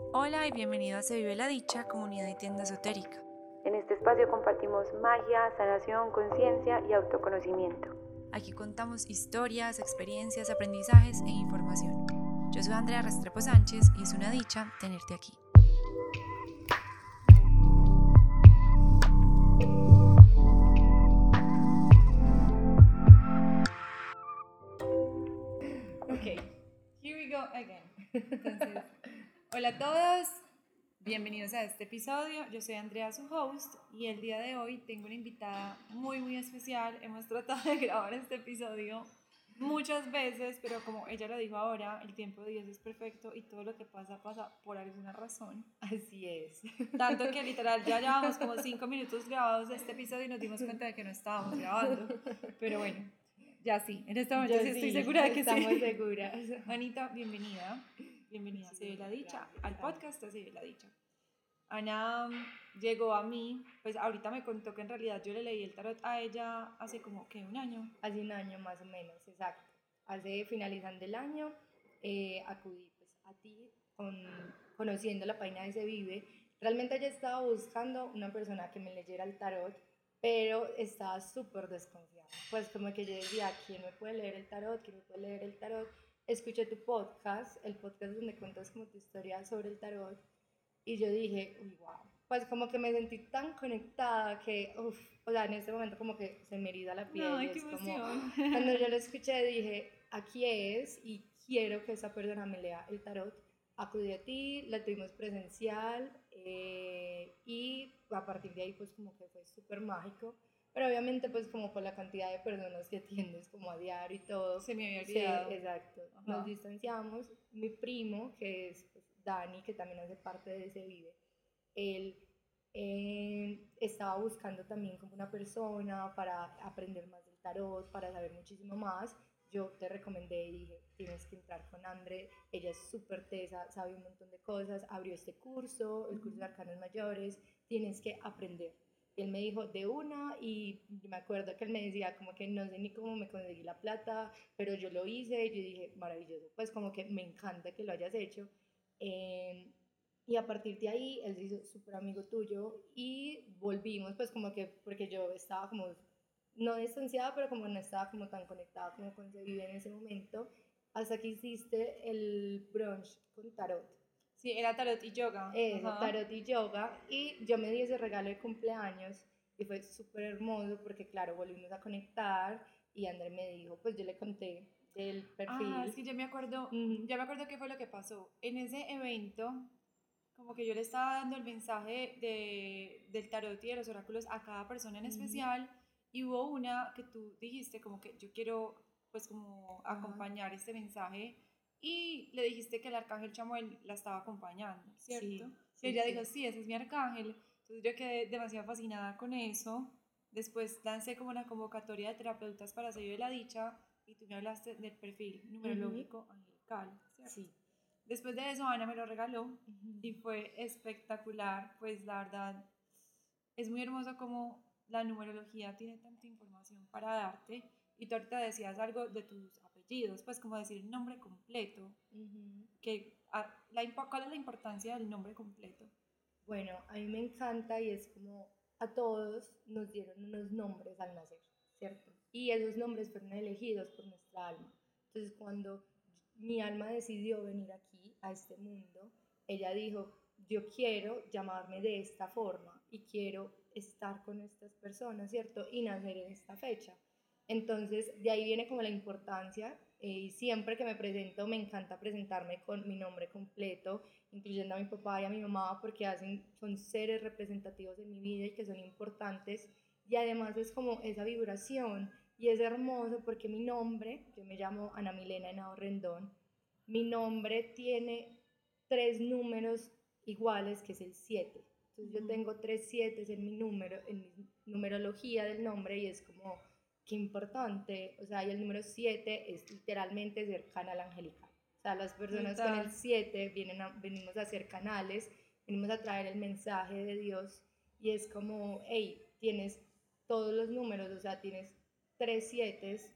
Hola y bienvenido a Se Vive la Dicha, comunidad y tienda esotérica. En este espacio compartimos magia, sanación, conciencia y autoconocimiento. Aquí contamos historias, experiencias, aprendizajes e información. Yo soy Andrea Restrepo Sánchez y es una dicha tenerte aquí. Ok, here we go again. Entonces, hola a todos, bienvenidos a este episodio. Yo soy Andrea, su host, y el día de hoy tengo una invitada muy especial. Hemos tratado de grabar este episodio muchas veces, pero como ella lo dijo ahora, el tiempo de Dios es perfecto y todo lo que pasa por alguna razón. Así es. Tanto que literal ya llevamos como 5 minutos grabados de este episodio y nos dimos cuenta de que no estábamos grabando. Pero bueno, ya sí, en este momento sí estoy segura de que estamos sí. seguras. Anita, bienvenida. Bienvenida a Se Vive la Dicha, al podcast de Se Vive la Dicha. Ana llegó a mí, pues ahorita me contó que en realidad yo le leí el tarot a ella hace como que un año. Hace un año más o menos, exacto. Finalizando el año, acudí pues, a ti conociendo la página de Se Vive. Realmente ella estaba buscando una persona que me leyera el tarot, pero estaba súper desconfiada. Pues como que yo decía, ¿quién me puede leer el tarot? ¿Quién me puede leer el tarot? Escuché tu podcast, el podcast donde cuentas como tu historia sobre el tarot, y yo dije, uy, wow. Pues como que me sentí tan conectada que, uff, o sea, en ese momento como que se me eriza la piel. Ay, y qué es emoción. como, cuando yo lo escuché dije, aquí es y quiero que esa persona me lea el tarot. Acudí a ti, la tuvimos presencial y a partir de ahí pues como que fue súper mágico. Pero obviamente pues como por la cantidad de personas que atiendes como a diario y todo. Se me había olvidado. Sí, exacto. Ajá. Nos distanciamos. Mi primo, que es pues, Dani, que también hace parte de Se Vive, él estaba buscando también como una persona para aprender más del tarot, para saber muchísimo más. Yo te recomendé y dije, tienes que entrar con Andre, ella es súper tesa, sabe un montón de cosas, abrió este curso, el curso de arcanos mayores, tienes que aprender. Y él me dijo de una, y me acuerdo que él me decía como que no sé ni cómo me conseguí la plata, pero yo lo hice, y yo dije, maravilloso, pues como que me encanta que lo hayas hecho. Y a partir de ahí, él se hizo súper amigo tuyo y volvimos, pues como que, porque yo estaba como, no distanciada, pero como no estaba como tan conectada como con Se Vive en ese momento, hasta que hiciste el brunch con tarot. Sí, era tarot y yoga. Eso, tarot y yoga, y yo me di ese regalo de cumpleaños y fue súper hermoso porque claro, volvimos a conectar y André me dijo, pues yo le conté del perfil. Ah, es que ya me acuerdo qué fue lo que pasó. En ese evento, como que yo le estaba dando el mensaje del tarot y de los oráculos a cada persona en especial, y hubo una que tú dijiste como que yo quiero pues como acompañar este mensaje, y le dijiste que el arcángel Chamuel la estaba acompañando, ¿cierto? Sí, y ella dijo, sí, ese es mi arcángel. Entonces yo quedé demasiado fascinada con eso. Después lancé como una convocatoria de terapeutas para Se Vive la Dicha, y tú me hablaste del perfil numerológico angelical, ¿cierto? Sí. Después de eso, Ana me lo regaló y fue espectacular. Pues la verdad, es muy hermoso como la numerología tiene tanta información para darte. Y tú ahorita decías algo de tus apellidos, pues como decir el nombre completo. ¿Cuál es la importancia del nombre completo? Bueno, a mí me encanta y es como a todos nos dieron unos nombres al nacer, ¿cierto? Y esos nombres fueron elegidos por nuestra alma. Entonces, cuando mi alma decidió venir aquí, a este mundo, ella dijo, yo quiero llamarme de esta forma y quiero estar con estas personas, ¿cierto? Y nacer en esta fecha. Entonces, de ahí viene como la importancia, y siempre que me presento me encanta presentarme con mi nombre completo, incluyendo a mi papá y a mi mamá, porque son seres representativos en mi vida y que son importantes, y además es como esa vibración, y es hermoso porque mi nombre, yo me llamo Ana Milena Henao Rendón, mi nombre tiene 3 números iguales, que es el 7. Entonces yo tengo 3 7 en mi número, en mi numerología del nombre, y es como, qué importante, o sea, y el número 7 es literalmente ser canal angelical. O sea, las personas con el 7 venimos a ser canales, venimos a traer el mensaje de Dios, y es como, hey, tienes todos los números, o sea, tienes 3 7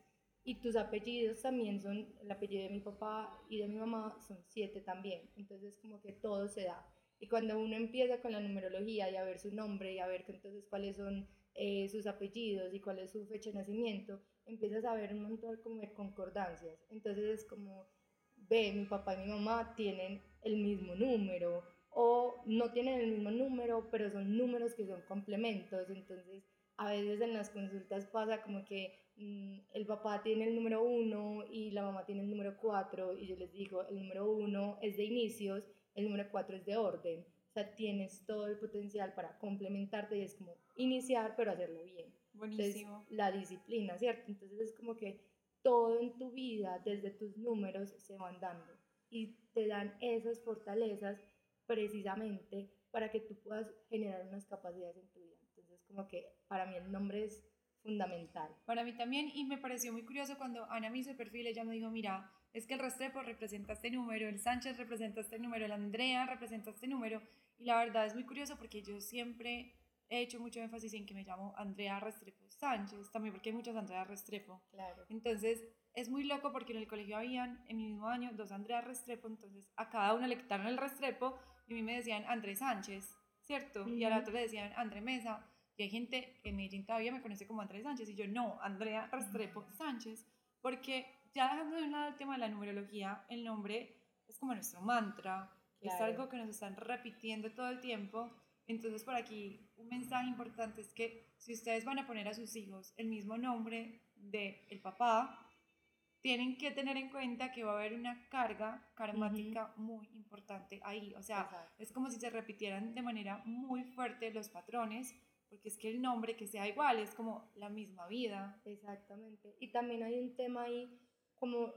Y tus apellidos también son, el apellido de mi papá y de mi mamá son 7 también. Entonces como que todo se da. Y cuando uno empieza con la numerología y a ver su nombre y a ver que entonces cuáles son sus apellidos y cuál es su fecha de nacimiento, empiezas a ver un montón como de concordancias. Entonces es como, ve, mi papá y mi mamá tienen el mismo número o no tienen el mismo número, pero son números que son complementos. Entonces a veces en las consultas pasa como que el papá tiene el número 1 y la mamá tiene el número 4 y yo les digo, el número 1 es de inicios, el número 4 es de orden. O sea, tienes todo el potencial para complementarte y es como iniciar, pero hacerlo bien. Buenísimo. Entonces, la disciplina, ¿cierto? Entonces es como que todo en tu vida, desde tus números, se van dando y te dan esas fortalezas precisamente para que tú puedas generar unas capacidades en tu vida. Entonces, como que para mí el nombre es fundamental. Para mí también, y me pareció muy curioso cuando Ana me hizo el perfil, ella me dijo, mira, es que el Restrepo representa este número, el Sánchez representa este número, el Andrea representa este número, y la verdad es muy curioso porque yo siempre he hecho mucho énfasis en que me llamo Andrea Restrepo Sánchez, también porque hay muchas Andrea Restrepo. Claro. Entonces, es muy loco porque en el colegio habían, en mi mismo año, 2 Andrea Restrepo, entonces a cada una le quitaron el Restrepo y a mí me decían Andrés Sánchez, ¿cierto? Y a la otra le decían André Mesa. Y hay gente que en Medellín todavía me conoce como Andrés Sánchez y yo no, Andrea Restrepo Sánchez, porque ya dejando de un lado el tema de la numerología, el nombre es como nuestro mantra, es Claro. algo que nos están repitiendo todo el tiempo. Entonces por aquí un mensaje importante es que si ustedes van a poner a sus hijos el mismo nombre del papá, tienen que tener en cuenta que va a haber una carga karmática muy importante ahí. O sea, Exacto. es como si se repitieran de manera muy fuerte los patrones, porque es que el nombre que sea igual es como la misma vida. Exactamente. Y también hay un tema ahí, como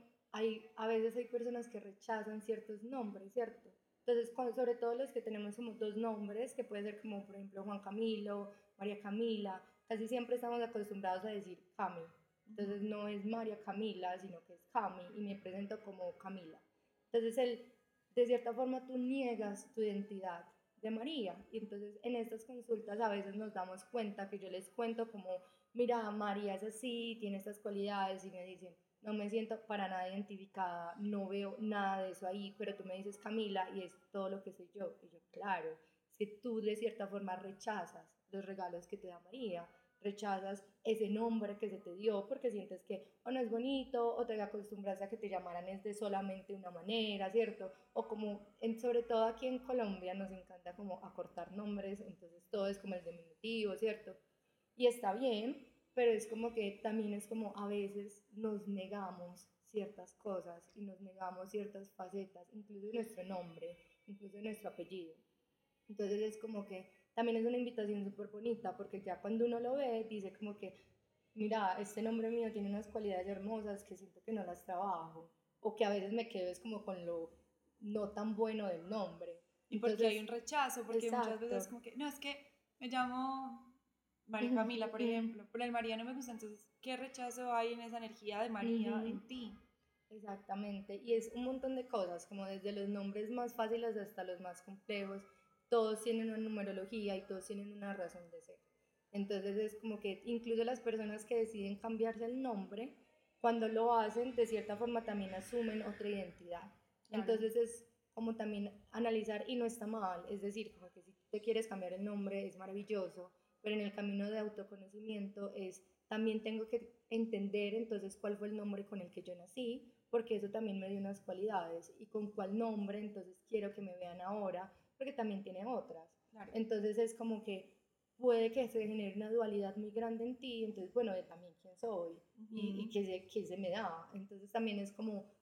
a veces hay personas que rechazan ciertos nombres, ¿cierto? Entonces, sobre todo los que tenemos como dos nombres, que puede ser como, por ejemplo, Juan Camilo, María Camila, casi siempre estamos acostumbrados a decir Cami. Entonces, no es María Camila, sino que es Cami, y me presento como Camila. Entonces, de cierta forma, tú niegas tu identidad de María. Y entonces, en estas consultas a veces nos damos cuenta que yo les cuento como, mira, María es así, tiene estas cualidades, y me dicen, no me siento para nada identificada, no veo nada de eso ahí, pero tú me dices Camila y es todo lo que soy yo. Y yo, claro, es que tú de cierta forma rechazas los regalos que te da María, rechazas ese nombre que se te dio porque sientes que o no es bonito o te acostumbras a que te llamaran es de solamente una manera, ¿cierto? O como, sobre todo aquí en Colombia nos encanta como acortar nombres, entonces todo es como el diminutivo, ¿cierto? Y está bien, pero es como que también es como a veces nos negamos ciertas cosas y nos negamos ciertas facetas, incluso nuestro nombre, incluso nuestro apellido. Entonces es como que también es una invitación súper bonita porque ya cuando uno lo ve dice como que, mira, este nombre mío tiene unas cualidades hermosas que siento que no las trabajo o que a veces me quedo es como con lo no tan bueno del nombre. Y porque hay un rechazo, porque muchas exacto. veces como que, no, es que me llamo María Camila, por ejemplo, pero el María no me gusta, entonces, ¿qué rechazo hay en esa energía de María en ti? Exactamente, y es un montón de cosas, como desde los nombres más fáciles hasta los más complejos, todos tienen una numerología y todos tienen una razón de ser. Entonces es como que incluso las personas que deciden cambiarse el nombre, cuando lo hacen, de cierta forma también asumen otra identidad. Claro. Entonces es como también analizar y no está mal, es decir, como que si te quieres cambiar el nombre es maravilloso, pero en el camino de autoconocimiento es también tengo que entender entonces cuál fue el nombre con el que yo nací, porque eso también me dio unas cualidades y con cuál nombre entonces quiero que me vean ahora, porque también tiene otras. Claro. Entonces es como que puede que se genere una dualidad muy grande en ti, entonces bueno, de también quién soy y qué se me da. Entonces también es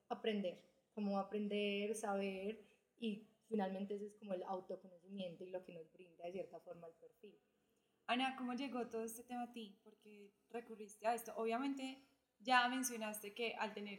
como aprender, saber y finalmente ese es como el autoconocimiento y lo que nos brinda de cierta forma el perfil. Ana, ¿cómo llegó todo este tema a ti? ¿Por qué recurriste a esto? Obviamente ya mencionaste que al tener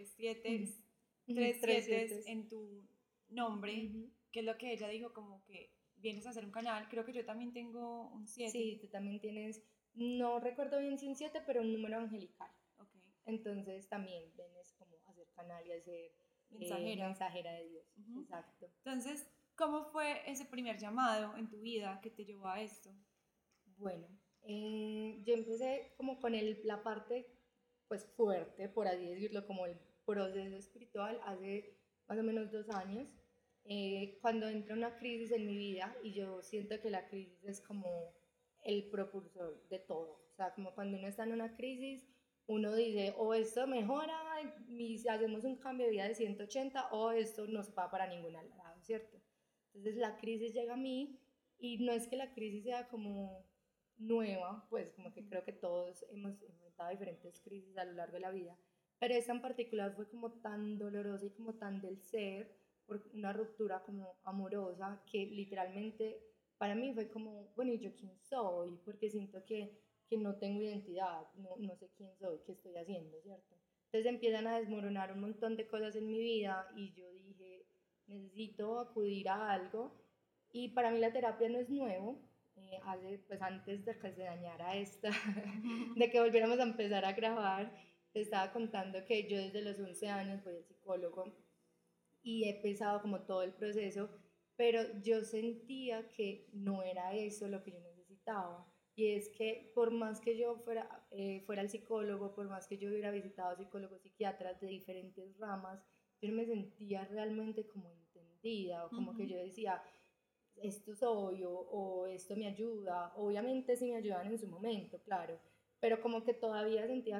tres siete en tu nombre, que es lo que ella dijo, como que vienes a hacer un canal, creo que yo también tengo un 7. Sí, tú también tienes, no recuerdo bien si un 7, pero un número angelical. Okay. Entonces también vienes como a ser canal y a ser mensajera de Dios. Exacto. Entonces, ¿cómo fue ese primer llamado en tu vida que te llevó a esto? Bueno, yo empecé como con la parte pues fuerte, por así decirlo, como el proceso espiritual hace más o menos 2 años, cuando entra una crisis en mi vida y yo siento que la crisis es como el propulsor de todo. O sea, como cuando uno está en una crisis, uno dice, o esto mejora y si hacemos un cambio de vida de 180 o esto no se va para ningún lado, ¿cierto? Entonces la crisis llega a mí y no es que la crisis sea como nueva, pues como que creo que todos hemos enfrentado diferentes crisis a lo largo de la vida, pero esta en particular fue como tan dolorosa y como tan del ser, por una ruptura como amorosa que literalmente para mí fue como, bueno, ¿y yo quién soy? Porque siento que no tengo identidad, no sé quién soy, qué estoy haciendo, ¿cierto? Entonces empiezan a desmoronar un montón de cosas en mi vida y yo dije, necesito acudir a algo y para mí la terapia no es nuevo. Pues antes de que se dañara esta, de que volviéramos a empezar a grabar, te estaba contando que yo desde los 11 años voy al psicólogo y he pensado como todo el proceso, pero yo sentía que no era eso lo que yo necesitaba. Y es que por más que yo fuera al psicólogo, por más que yo hubiera visitado psicólogos, psiquiatras de diferentes ramas, yo no me sentía realmente como entendida o como que yo decía, esto soy o esto me ayuda. Obviamente sí me ayudaban en su momento, claro, pero como que todavía sentía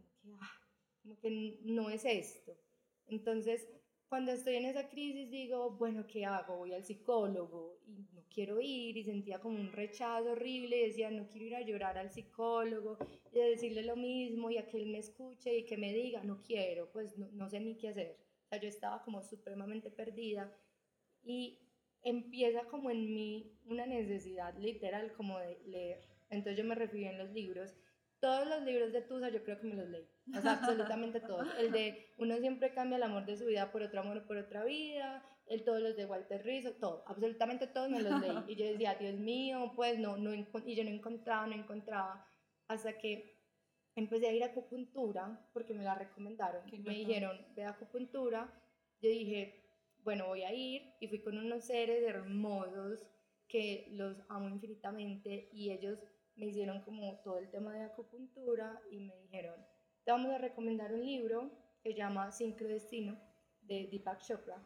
como que no es esto. Entonces, cuando estoy en esa crisis digo, bueno, ¿qué hago? Voy al psicólogo y no quiero ir y sentía como un rechazo horrible y decía, no quiero ir a llorar al psicólogo y a decirle lo mismo y a que él me escuche y que me diga, no quiero, pues no sé ni qué hacer. O sea, yo estaba como supremamente perdida y empieza como en mí una necesidad literal como de leer. Entonces yo me refugié en los libros. Todos los libros de Tusa yo creo que me los leí. O sea, absolutamente todos. El de Uno siempre cambia el amor de su vida por otro amor, por otra vida. Todos los de Walter Rizzo, todo. Absolutamente todos me los leí. Y yo decía, Dios mío, pues y yo no encontraba. Hasta que empecé a ir a acupuntura porque me la recomendaron. Me dijeron, ve a acupuntura. Yo dije, bueno, voy a ir y fui con unos seres hermosos que los amo infinitamente y ellos me hicieron como todo el tema de acupuntura y me dijeron, te vamos a recomendar un libro que se llama Sincrodestino de Deepak Chopra,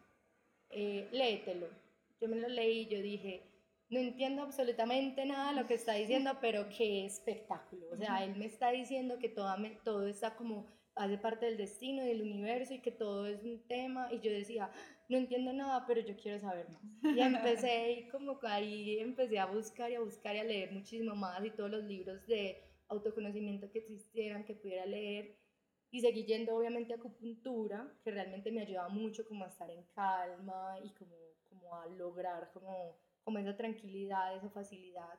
léetelo. Yo me lo leí y yo dije, no entiendo absolutamente nada de lo que está diciendo, pero qué espectáculo. O sea, él me está diciendo que todo está como, hace parte del destino y del universo y que todo es un tema. Y yo decía, no entiendo nada, pero yo quiero saber más. Y empecé y como ahí empecé a buscar y a buscar y a leer muchísimo más y todos los libros de autoconocimiento que existieran, que pudiera leer. Y seguí yendo obviamente a acupuntura, que realmente me ayudaba mucho como a estar en calma y como a lograr como esa tranquilidad, esa facilidad.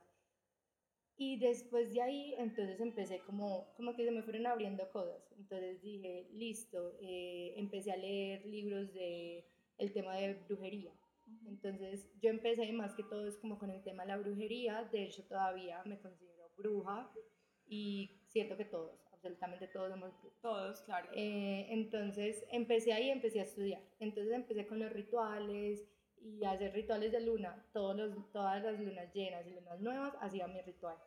Y después de ahí, entonces empecé como que se me fueron abriendo cosas. Entonces dije, listo, empecé a leer libros de el tema de brujería. Entonces yo empecé más que todo es como con el tema de la brujería. De hecho, todavía me considero bruja y siento que todos, absolutamente todos somos brujos. Todos, claro. Entonces empecé ahí, empecé a estudiar. Entonces empecé con los rituales y a hacer rituales de luna. Todas las lunas llenas y lunas nuevas hacía mi ritual.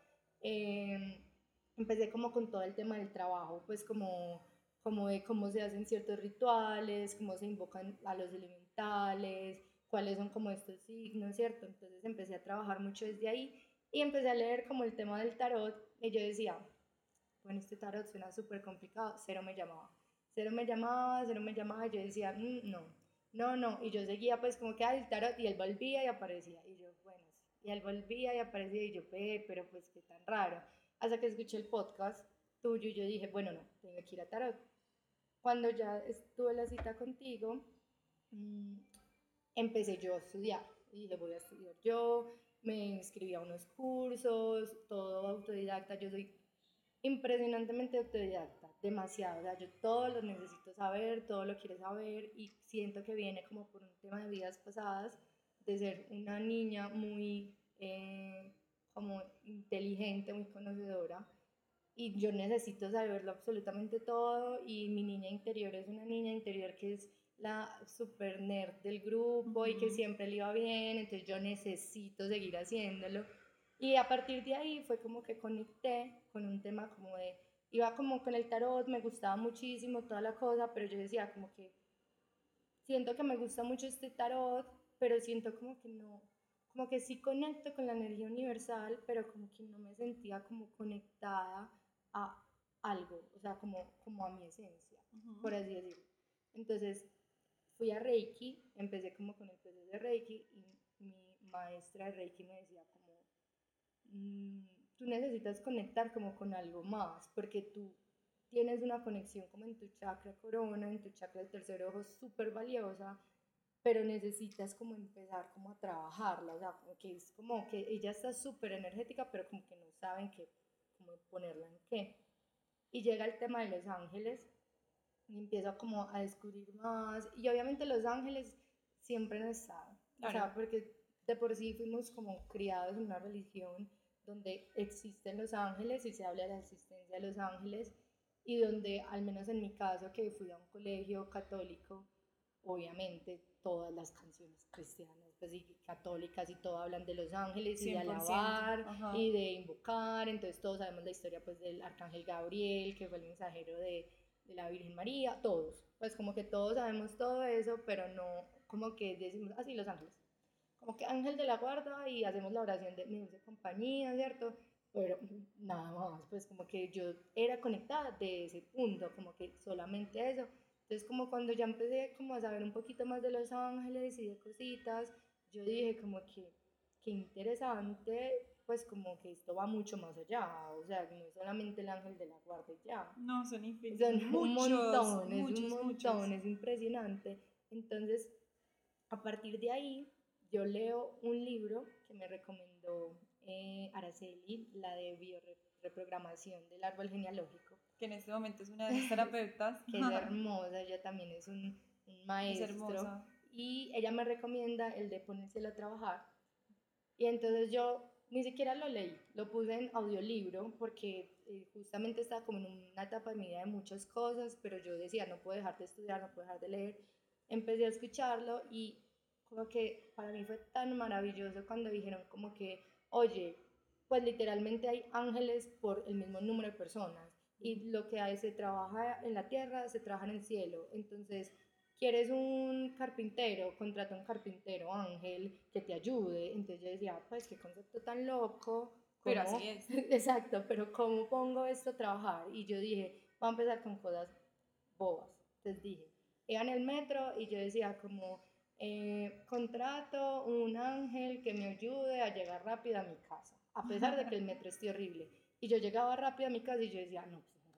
Empecé como con todo el tema del trabajo, pues como de cómo se hacen ciertos rituales, cómo se invocan a los elementales, cuáles son como estos signos, ¿cierto? Entonces empecé a trabajar mucho desde ahí y empecé a leer como el tema del tarot y yo decía, bueno, este tarot suena súper complicado, cero me llamaba. Cero me llamaba, y yo decía, no, y yo seguía pues como que el tarot y él volvía y aparecía, y yo, bueno, sí. Y él volvía y aparecía y yo, pero pues qué tan raro. Hasta que escuché el podcast tuyo y yo dije, bueno, no, tengo que ir a tarot. Cuando ya estuve la cita contigo, empecé yo a estudiar y dije, voy a estudiar yo, me inscribí a unos cursos, todo autodidacta, yo soy impresionantemente autodidacta, demasiado, o sea, yo todo lo necesito saber, todo lo quiero saber y siento que viene como por un tema de vidas pasadas, de ser una niña muy como inteligente, muy conocedora y yo necesito saberlo absolutamente todo y mi niña interior es una niña interior que es la super nerd del grupo y que siempre le iba bien, entonces yo necesito seguir haciéndolo y a partir de ahí fue como que conecté con un tema como de iba como con el tarot, me gustaba muchísimo toda la cosa, pero yo decía como que siento que me gusta mucho este tarot, pero siento como que no, como que sí conecto con la energía universal, pero como que no me sentía como conectada a algo, o sea, como a mi esencia, por así decirlo. Entonces fui a Reiki, empecé como con el proceso de Reiki y mi maestra de Reiki me decía como, mm, tú necesitas conectar como con algo más, porque tú tienes una conexión como en tu chakra corona, en tu chakra del tercer ojo súper valiosa, pero necesitas como empezar como a trabajarla, o sea, como que es como que ella está súper energética, pero como que no saben qué, cómo ponerla en qué. Y llega el tema de los ángeles y empiezo como a descubrir más, y obviamente los ángeles siempre han estado, o Claro. sea, porque de por sí fuimos como criados en una religión donde existen los ángeles y se habla de la existencia de los ángeles, y donde, al menos en mi caso, que fui a un colegio católico, obviamente todas las canciones cristianas pues, y católicas y todo hablan de los ángeles y de 100%. alabar Ajá. y de invocar, entonces todos sabemos la historia pues del arcángel Gabriel, que fue el mensajero de la Virgen María, todos, pues como que todos sabemos todo eso, pero no como que decimos así los ángeles, como que ángel de la guarda y hacemos la oración de mi dulce compañía, ¿cierto? Pero nada más, pues como que yo era conectada de ese punto, como que solamente eso. Entonces como cuando ya empecé como a saber un poquito más de los ángeles y de cositas, yo dije como que qué interesante, pues como que esto va mucho más allá, o sea, no es solamente el ángel de la guarda y ya, No, son infinitos, son son un muchos, montón, muchos. es impresionante. Entonces, a partir de ahí, yo leo un libro que me recomendó Araceli, la de bioreprogramación del árbol genealógico, Que en este momento es una de mis terapeutas. que es hermosa, ella también es un Es maestro, hermosa. y ella me recomienda el de ponérselo a trabajar. Y entonces yo ni siquiera lo leí, lo puse en audiolibro porque justamente estaba como en una etapa de mi vida de muchas cosas, pero yo decía, no puedo dejar de estudiar, no puedo dejar de leer. Empecé a escucharlo y como que para mí fue tan maravilloso cuando dijeron como que, oye, pues literalmente hay ángeles por el mismo número de personas y lo que hay, se trabaja en la tierra, se trabaja en el cielo. Entonces, ¿quieres un carpintero? Contrata un carpintero ángel que te ayude. Entonces yo decía, pues qué concepto tan loco, Pero así ¿cómo? es. Exacto, pero ¿cómo pongo esto a trabajar? Y yo dije, voy a empezar con cosas bobas. Entonces dije, iba en el metro y yo decía como, contrato un ángel que me ayude a llegar rápido a mi casa, a pesar de que el metro esté horrible. Y yo llegaba rápido a mi casa y yo decía, no, pues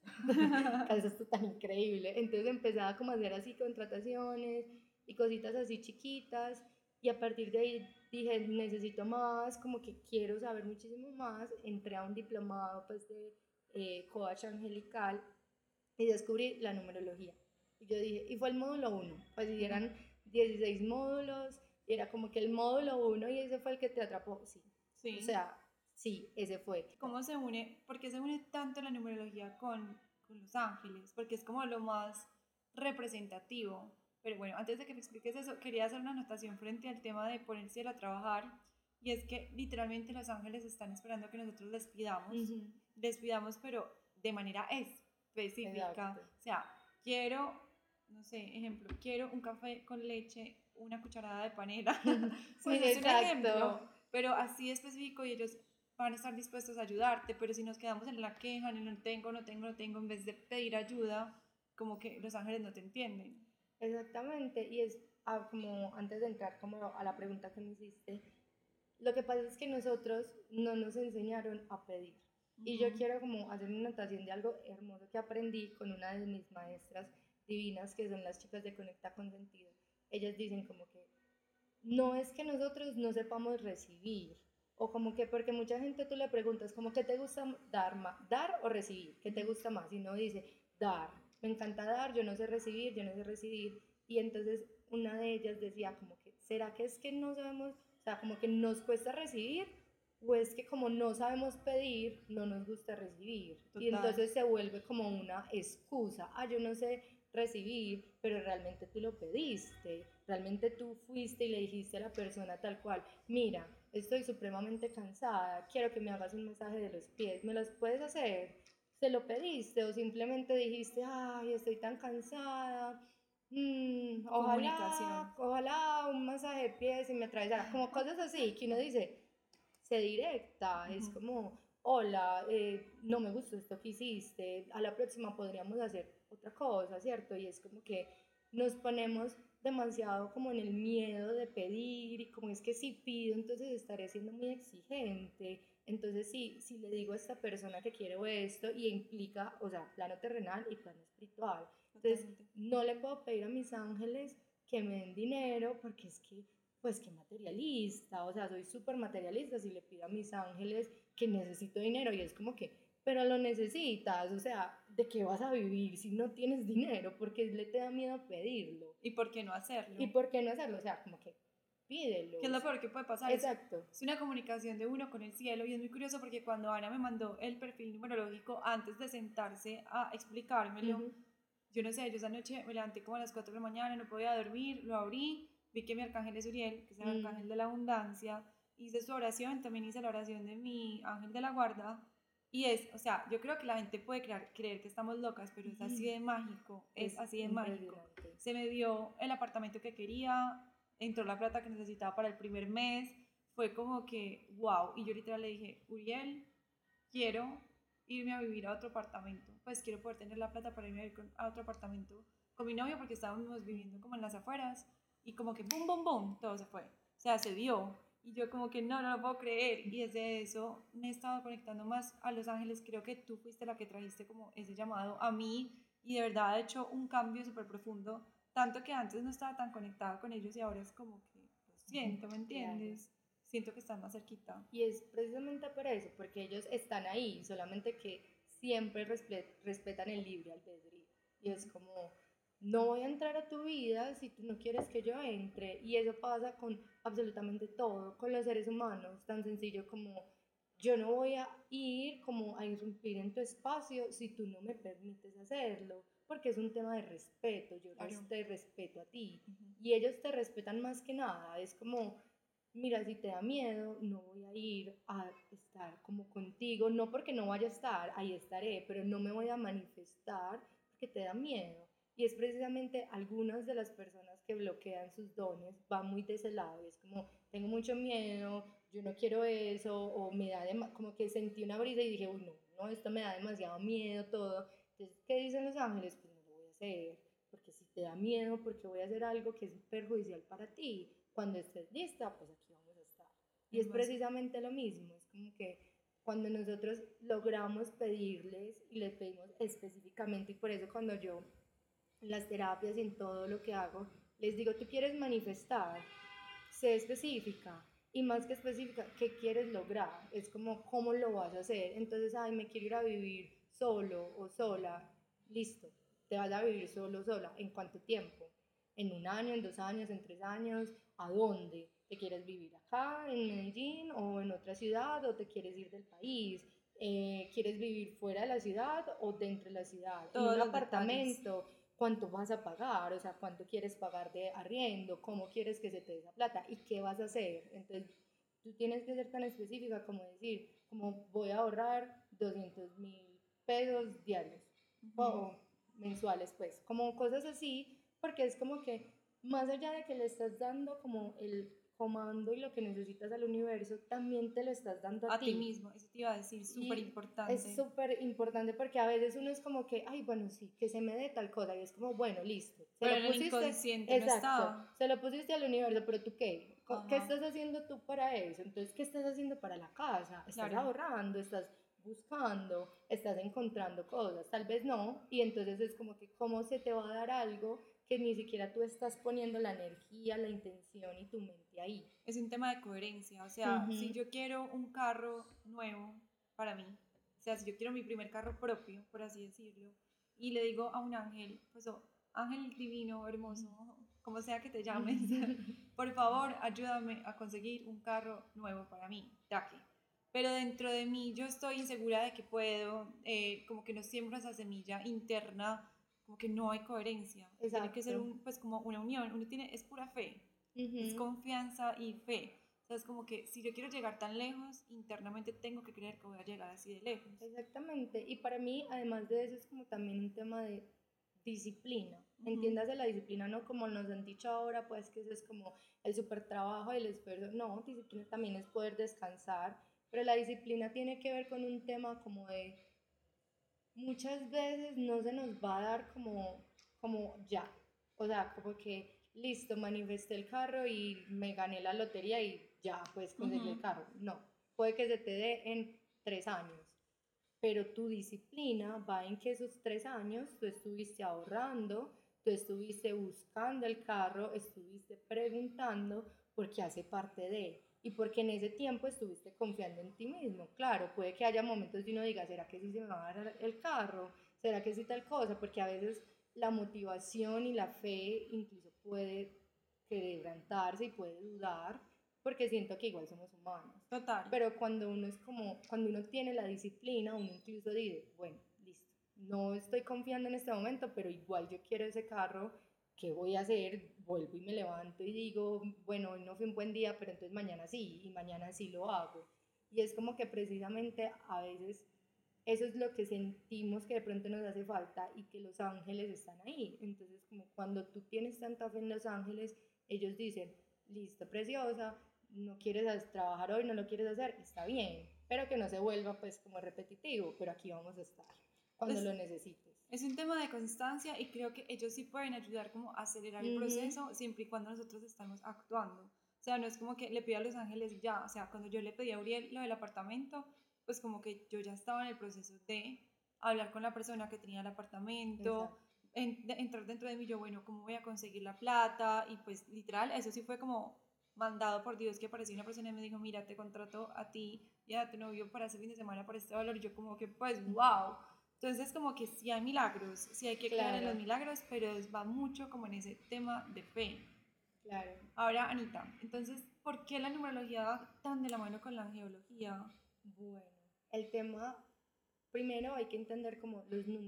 eso es tan increíble. Entonces empezaba como a hacer así contrataciones y cositas así chiquitas, y a partir de ahí dije, necesito más, como que quiero saber muchísimo más. Entré a un diplomado pues de coach angelical y descubrí la numerología. Y yo dije, y fue el módulo uno, pues si eran 16 módulos, y era como que el módulo uno y ese fue el que te atrapó, sí. O Sí. sea, sí, ese fue. ¿Cómo se une? ¿Por qué se une tanto la numerología con los ángeles? Porque es como lo más representativo. Pero bueno, antes de que me expliques eso, quería hacer una anotación frente al tema de poner cielo a trabajar. Y es que literalmente los ángeles están esperando que nosotros les pidamos. Les pidamos, pero de manera específica. Exacto. O sea, quiero, no sé, ejemplo, quiero un café con leche, una cucharada de panela. Sí, Pues es un ejemplo, exacto. pero así específico y ellos van a estar dispuestos a ayudarte, pero si nos quedamos en la queja, en el no tengo, no tengo, no tengo, en vez de pedir ayuda, como que los ángeles no te entienden. Exactamente, y es como antes de entrar como a la pregunta que me hiciste, lo que pasa es que nosotros no nos enseñaron a pedir. Y yo quiero como hacer una anotación de algo hermoso que aprendí con una de mis maestras divinas, que son las chicas de Conecta con Sentido. Ellas dicen como que no es que nosotros no sepamos recibir, o como que porque mucha gente tú le preguntas como que te gusta dar, dar o recibir, ¿qué te gusta más? Y uno dice dar, me encanta dar, yo no sé recibir, yo no sé recibir. Y entonces una de ellas decía como que, ¿será que es que no sabemos, o sea, como que nos cuesta recibir? O es que como no sabemos pedir, no nos gusta recibir. Y Total. entonces se vuelve como una excusa. Ah, yo no sé recibir, pero realmente tú lo pediste. Realmente tú fuiste y le dijiste a la persona tal cual, mira, estoy supremamente cansada, quiero que me hagas un masaje de los pies, ¿me los puedes hacer? se lo pediste o simplemente dijiste, ay, estoy tan cansada, Comunicación. ojalá un masaje de pies y me atravesara, como cosas así, que uno dice, se directa, es como, hola, no me gustó esto que hiciste, a la próxima podríamos hacer otra cosa, ¿cierto? Y es como que nos ponemos demasiado como en el miedo de pedir y como es que si pido entonces estaré siendo muy exigente, entonces si le digo a esta persona que quiero esto y implica, o sea, plano terrenal y plano espiritual, entonces Totalmente. no le puedo pedir a mis ángeles que me den dinero porque es que pues que materialista, o sea, soy súper materialista si le pido a mis ángeles que necesito dinero y es como que, pero lo necesitas, o sea, ¿de qué vas a vivir si no tienes dinero? Porque le te da miedo pedirlo. ¿Y por qué no hacerlo? ¿Y por qué no hacerlo? O sea, como que pídelo. ¿Qué es lo peor que puede pasar? Exacto. Es una comunicación de uno con el cielo y es muy curioso porque cuando Ana me mandó el perfil numerológico antes de sentarse a explicármelo, yo no sé, yo esa noche me levanté como a las 4 de la mañana, no podía dormir, lo abrí, vi que mi arcángel es Uriel, que es el arcángel de la abundancia, hice su oración, también hice la oración de mi ángel de la guarda y es, o sea, yo creo que la gente puede creer que estamos locas, pero es así de mágico, es así de mágico. Se me dio el apartamento que quería, entró la plata que necesitaba para el primer mes, fue como que, wow, y yo literal le dije, Uriel, quiero irme a vivir a otro apartamento, pues quiero poder tener la plata para irme a vivir a otro apartamento con mi novio porque estábamos viviendo como en las afueras y como que boom, boom, boom, todo se fue, o sea, se dio y yo como que no lo puedo creer y desde eso me he estado conectando más a Los Ángeles, creo que tú fuiste la que trajiste como ese llamado a mí y de verdad ha hecho un cambio súper profundo, tanto que antes no estaba tan conectada con ellos y ahora es como que lo siento, ¿me entiendes? Claro. Siento que están más cerquita. Y es precisamente por eso, porque ellos están ahí, solamente que siempre respetan el libre albedrío. Y es como, no voy a entrar a tu vida si tú no quieres que yo entre. Y eso pasa con absolutamente todo, con los seres humanos, tan sencillo como yo no voy a ir como a irrumpir en tu espacio si tú no me permites hacerlo, porque es un tema de respeto, yo Claro. te respeto a ti. Y ellos te respetan más que nada, es como mira, si te da miedo, no voy a ir a estar como contigo, no porque no vaya a estar, ahí estaré, pero no me voy a manifestar porque te da miedo. Y es precisamente algunas de las personas que bloquean sus dones, van muy de ese lado, y es como, tengo mucho miedo, yo no quiero eso, o me da como que sentí una brisa y dije, uy, no, esto me da demasiado miedo, todo. Entonces, ¿qué dicen los ángeles? Pues no lo voy a hacer, porque si te da miedo, porque voy a hacer algo que es perjudicial para ti cuando estés lista, pues aquí vamos a estar. Y es precisamente lo mismo, es como que cuando nosotros logramos pedirles y les pedimos específicamente, y por eso cuando yo en las terapias y en todo lo que hago, les digo, tú quieres manifestar, sé específica, y más que específica, ¿qué quieres lograr? Es como, ¿cómo lo vas a hacer? Entonces, ay, me quiero ir a vivir solo o sola, listo, te vas a vivir solo o sola, ¿en cuánto tiempo? ¿En un año, en 2 años, en 3 años? ¿A dónde? ¿Te quieres vivir acá, en Medellín, o en otra ciudad, o te quieres ir del país? ¿Quieres vivir fuera de la ciudad o dentro de la ciudad? Todos ¿En un apartamento? Detalles. ¿Cuánto vas a pagar? O sea, ¿cuánto quieres pagar de arriendo? ¿Cómo quieres que se te dé esa plata? ¿Y qué vas a hacer? Entonces, tú tienes que ser tan específica como decir, como voy a ahorrar 200.000 pesos diarios o mensuales, pues, como cosas así, porque es como que más allá de que le estás dando como el comando y lo que necesitas al universo, también te lo estás dando a ti mismo, eso te iba a decir, súper importante. Es súper importante porque a veces uno es como que, ay, bueno, sí, que se me dé tal cosa, y es como, bueno, listo. Pero en el inconsciente no estaba. Se lo pusiste al universo, pero ¿tú qué? ¿Qué estás haciendo tú para eso? Entonces, ¿qué estás haciendo para la casa? ¿Estás ahorrando? ¿Estás buscando? ¿Estás encontrando cosas? Tal vez no, y entonces es como que, ¿cómo se te va a dar algo que ni siquiera tú estás poniendo la energía, la intención y tu mente ahí? Es un tema de coherencia, o sea, si yo quiero un carro nuevo para mí, o sea, si yo quiero mi primer carro propio, por así decirlo, y le digo a un ángel, pues ángel divino, hermoso, como sea que te llames, por favor, ayúdame a conseguir un carro nuevo para mí, ya que. Pero dentro de mí yo estoy insegura de que puedo, como que no siembro esa semilla interna, como que no hay coherencia. Tiene que ser pues como una unión, uno tiene, es pura fe, es confianza y fe. O Entonces, como que si yo quiero llegar tan lejos, internamente tengo que creer que voy a llegar así de lejos. Exactamente. Y para mí, además de eso, es como también un tema de disciplina. Entiéndase la disciplina no como nos han dicho ahora, pues que eso es como el super trabajo y el esfuerzo. No, disciplina también es poder descansar, pero la disciplina tiene que ver con un tema como de muchas veces no se nos va a dar como ya. O sea, como que listo, manifesté el carro y me gané la lotería y ya, pues conseguí el carro. No, puede que se te dé en 3 años, pero tu disciplina va en que esos 3 años tú estuviste ahorrando, tú estuviste buscando el carro, estuviste preguntando porque hace parte de, y porque en ese tiempo estuviste confiando en ti mismo. Claro, puede que haya momentos de uno diga, ¿será que sí se me va a dar el carro? ¿Será que sí tal cosa? Porque a veces la motivación y la fe incluso puede quebrantarse y puede dudar, porque siento que igual somos humanos. Total. Pero cuando uno es como, cuando uno tiene la disciplina, uno incluso dice, bueno, listo, no estoy confiando en este momento, pero igual yo quiero ese carro, ¿qué voy a hacer? Vuelvo y me levanto y digo, bueno, hoy no fue un buen día, pero entonces mañana sí, y mañana sí lo hago. Y es como que precisamente a veces eso es lo que sentimos que de pronto nos hace falta y que los ángeles están ahí. Entonces, como cuando tú tienes tanta fe en los ángeles, ellos dicen, listo, preciosa, no quieres trabajar hoy, no lo quieres hacer, está bien, pero que no se vuelva pues como repetitivo, pero aquí vamos a estar cuando Pues, lo necesites. es un tema de constancia y creo que ellos sí pueden ayudar como a acelerar el proceso siempre y cuando nosotros estamos actuando. O sea, no es como que le pido a los ángeles y ya, o sea, cuando yo le pedí a Uriel lo del apartamento, pues como que yo ya estaba en el proceso de hablar con la persona que tenía el apartamento, Exacto. entrar dentro de mí, yo, bueno, ¿cómo voy a conseguir la plata? Y pues literal, eso sí fue como mandado por Dios, que apareció una persona y me dijo, mira, te contrato a ti y a tu novio para ese fin de semana por este valor, y yo como que, pues, wow. Entonces, como que sí hay milagros, sí hay que creer en los Claro, milagros, pero va mucho como en ese tema de fe. claro. Ahora, Anita, entonces, ¿por qué la numerología va tan de la mano con la geología? Bueno, el tema, primero hay que entender como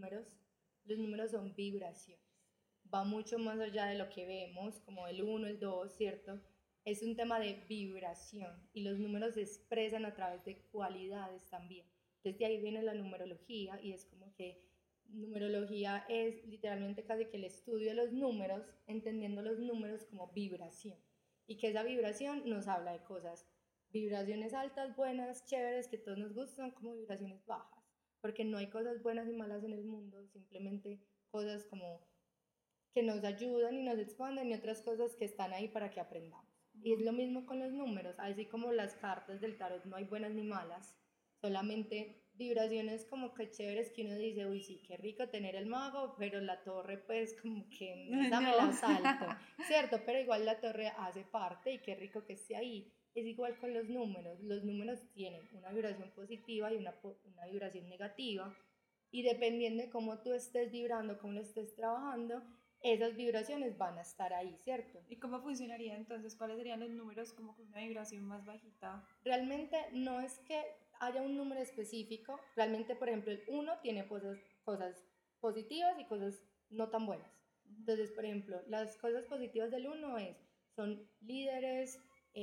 los números son vibraciones, va mucho más allá de lo que vemos, como el uno, el 2, ¿cierto? Es un tema de vibración y los números se expresan a través de cualidades también. Entonces de ahí viene la numerología y es como que numerología es literalmente casi que el estudio de los números, entendiendo los números como vibración y que esa vibración nos habla de cosas, vibraciones altas, buenas, chéveres, que todos nos gustan, como vibraciones bajas, porque no hay cosas buenas y malas en el mundo, simplemente cosas como que nos ayudan y nos expanden y otras cosas que están ahí para que aprendamos. Y es lo mismo con los números, así como las cartas del tarot no hay buenas ni malas, solamente vibraciones como que chéveres que uno dice, uy, sí, qué rico tener el mago, pero la torre pues como que esa me la No. salto, ¿cierto? Pero igual la torre hace parte y qué rico que esté ahí. Es igual con los números tienen una vibración positiva y una vibración negativa, y dependiendo de cómo tú estés vibrando, cómo lo estés trabajando, esas vibraciones van a estar ahí, ¿cierto? ¿Y cómo funcionaría entonces? ¿Cuáles serían los números como con una vibración más bajita? Realmente no es que haya un número específico, realmente por ejemplo el uno tiene cosas positivas y cosas no tan buenas. Entonces, por ejemplo, las cosas positivas del uno son líderes,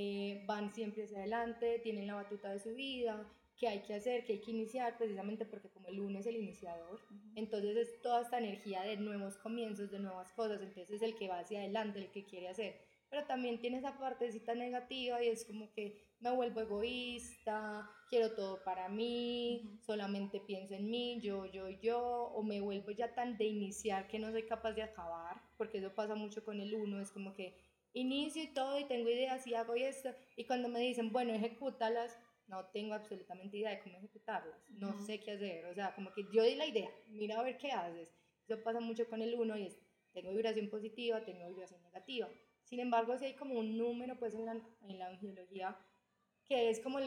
van siempre hacia adelante, tienen la batuta de su vida, qué hay que hacer, qué hay que iniciar, precisamente porque como el uno es el iniciador, entonces es toda esta energía de nuevos comienzos, de nuevas cosas, entonces es el que va hacia adelante, el que quiere hacer, pero también tiene esa partecita negativa y es como que me vuelvo egoísta, quiero todo para mí, solamente pienso en mí, yo, o me vuelvo ya tan de iniciar que no soy capaz de acabar, porque eso pasa mucho con el uno, es como que inicio y todo y tengo ideas y hago esto, y cuando me dicen, bueno, ejecútalas, no tengo absolutamente idea de cómo ejecutarlas, no sé qué hacer, o sea, como que yo di la idea, mira a ver qué haces. Eso pasa mucho con el uno y es, tengo vibración positiva, tengo vibración negativa. Sin embargo, si hay como un número pues en la angiología que es como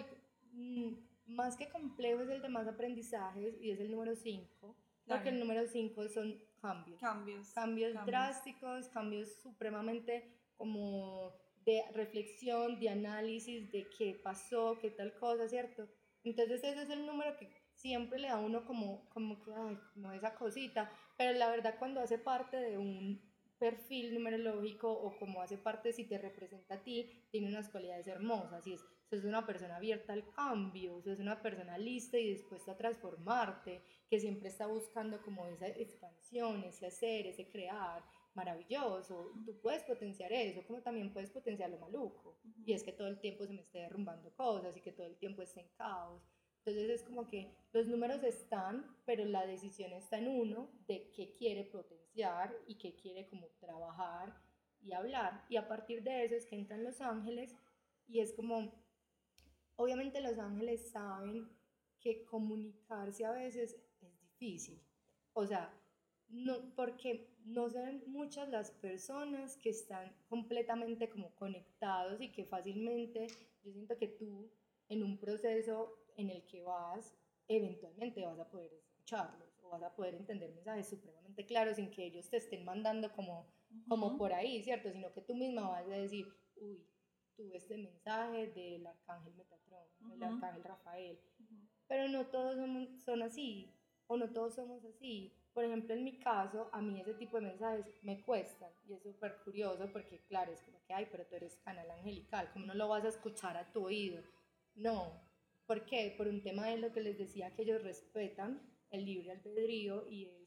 más que complejo, es el de más aprendizajes y es el número 5, porque Claro, el número 5 son cambios, cambios, cambios cambios. drásticos, cambios supremamente como de reflexión, de análisis de qué pasó, qué tal cosa, ¿cierto? Entonces ese es el número que siempre le da a uno como que, ay, como esa cosita, pero la verdad cuando hace parte de un perfil numerológico o cómo hace parte, si te representa a ti, tiene unas cualidades hermosas, y sos una persona abierta al cambio, sos una persona lista y dispuesta a transformarte, que siempre está buscando como esa expansión, ese hacer, ese crear, maravilloso. Tú puedes potenciar eso, como también puedes potenciar lo maluco, y es que todo el tiempo se me esté derrumbando cosas y que todo el tiempo esté en caos. Entonces es como que los números están, pero la decisión está en uno de qué quiere potenciar y qué quiere como trabajar y hablar. Y a partir de eso es que entran los ángeles, y es como, obviamente los ángeles saben que comunicarse a veces es difícil. O sea, no, porque no son muchas las personas que están completamente como conectados, y que fácilmente, yo siento que tú en un proceso en el que vas, eventualmente vas a poder escucharlos o vas a poder entender mensajes supremamente claros sin que ellos te estén mandando como por ahí, ¿cierto? Sino que tú misma vas a decir, uy, tuve este mensaje del arcángel Metatrón, del arcángel Rafael, pero no todos son así, o no todos somos así. Por ejemplo, en mi caso, a mí ese tipo de mensajes me cuestan, y es súper curioso porque, claro, es como que, ay, pero tú eres canal angelical, ¿cómo no lo vas a escuchar a tu oído? No, ¿por qué? Por un tema de lo que les decía, que ellos respetan el libre albedrío, y es,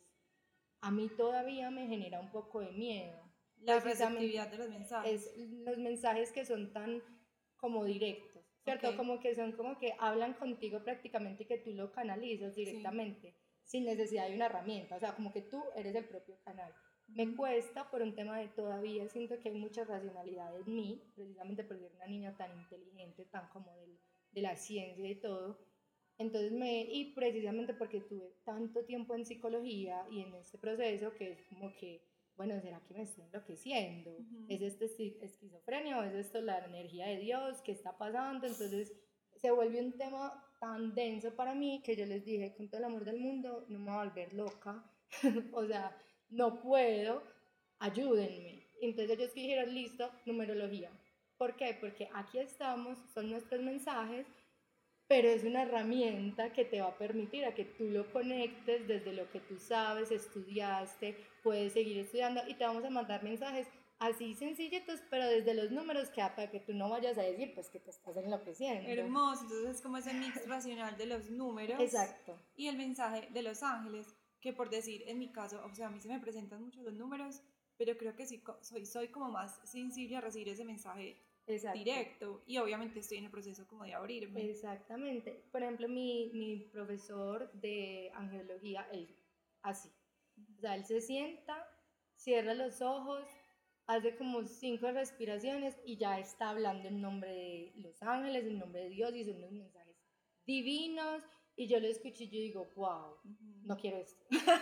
a mí todavía me genera un poco de miedo. La receptividad de los mensajes. Es los mensajes que son tan como directos, ¿cierto? Okay. Como que son como que hablan contigo prácticamente, y que tú lo canalizas directamente, sin necesidad de una herramienta, o sea, como que tú eres el propio canal. Me cuesta por un tema de, todavía siento que hay mucha racionalidad en mí, precisamente por ser una niña tan inteligente, tan como de la ciencia y todo. Entonces y precisamente porque tuve tanto tiempo en psicología y en este proceso, que es como que, bueno, ¿será que me estoy enloqueciendo? ¿Es esto esquizofrenia o es esto la energía de Dios? ¿Qué está pasando? Entonces se vuelve un tema tan denso para mí, que yo les dije, con todo el amor del mundo, no me voy a volver loca, o sea, no puedo, ayúdenme. Entonces ellos dijeron, listo, numerología. ¿Por qué? Porque aquí estamos, son nuestros mensajes, pero es una herramienta que te va a permitir a que tú lo conectes desde lo que tú sabes, estudiaste, puedes seguir estudiando, y te vamos a mandar mensajes así sencillitos, pero desde los números, que para que tú no vayas a decir pues que te estás enloqueciendo. Hermoso, entonces es como ese mix racional de los números. Exacto. Y el mensaje de los ángeles, que por decir, en mi caso, o sea, a mí se me presentan mucho los números, pero creo que sí, soy como más sensible a recibir ese mensaje. Exacto. Directo, y obviamente estoy en el proceso como de abrirme. Exactamente. Por ejemplo, mi profesor de angelología, él así, o sea, él se sienta, cierra los ojos, hace como 5 respiraciones y ya está hablando en nombre de los ángeles, en nombre de Dios, y son unos mensajes divinos, y yo lo escucho y yo digo, wow, no quiero esto.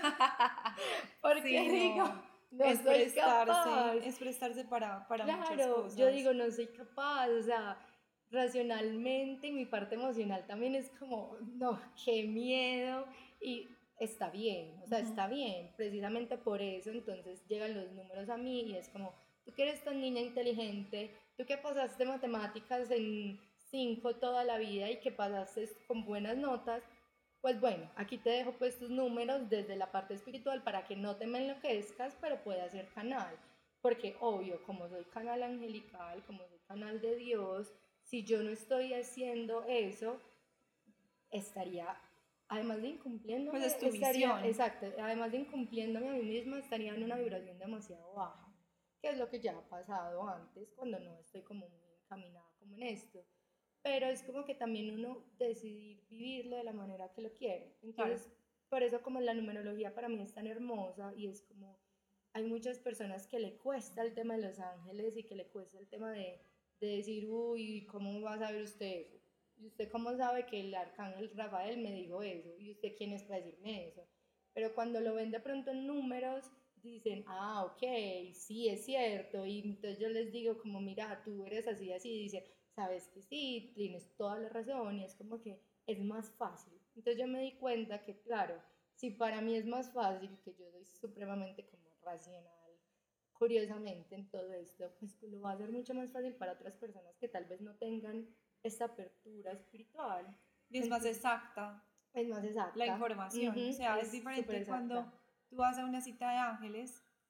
Porque sí, digo, no es soy capaz. Es prestarse para claro, muchas cosas. Yo digo, no soy capaz, o sea, racionalmente, y mi parte emocional también es como, no, qué miedo, y está bien, o sea, está bien, precisamente por eso entonces llegan los números a mí, y es como, tú que eres tan niña inteligente, tú que pasaste matemáticas en 5 toda la vida y que pasaste con buenas notas, pues bueno, aquí te dejo pues tus números desde la parte espiritual para que no te me enloquezcas, pero puedas ser canal. Porque obvio, como soy canal angelical, como soy canal de Dios, si yo no estoy haciendo eso, estaría, además de incumpliéndome, pues es tu misión. Exacto, además de incumpliéndome a mí misma, estaría en una vibración demasiado baja, que es lo que ya ha pasado antes, cuando no estoy como muy encaminada como en esto. Pero es como que también uno decidir vivirlo de la manera que lo quiere. Entonces, claro, por eso como la numerología para mí es tan hermosa, y es como, hay muchas personas que le cuesta el tema de los ángeles, y que le cuesta el tema de decir, uy, ¿cómo va a saber usted eso? ¿Y usted cómo sabe que el arcángel Rafael me dijo eso? ¿Y usted quién es para decirme eso? Pero cuando lo ven de pronto en números, dicen, ah, ok, sí, es cierto. Y entonces yo les digo como, mira, tú eres así, así. Y dicen, sabes que sí, tienes toda la razón, y es como que es más fácil. Entonces yo me di cuenta que, claro, si para mí es más fácil, que yo soy supremamente como racional, curiosamente, en todo esto, pues lo va a ser mucho más fácil para otras personas que tal vez no tengan esta apertura espiritual. Y es más exacta. Es más exacta. La información, o sea, es diferente cuando tú vas a una cita de ángeles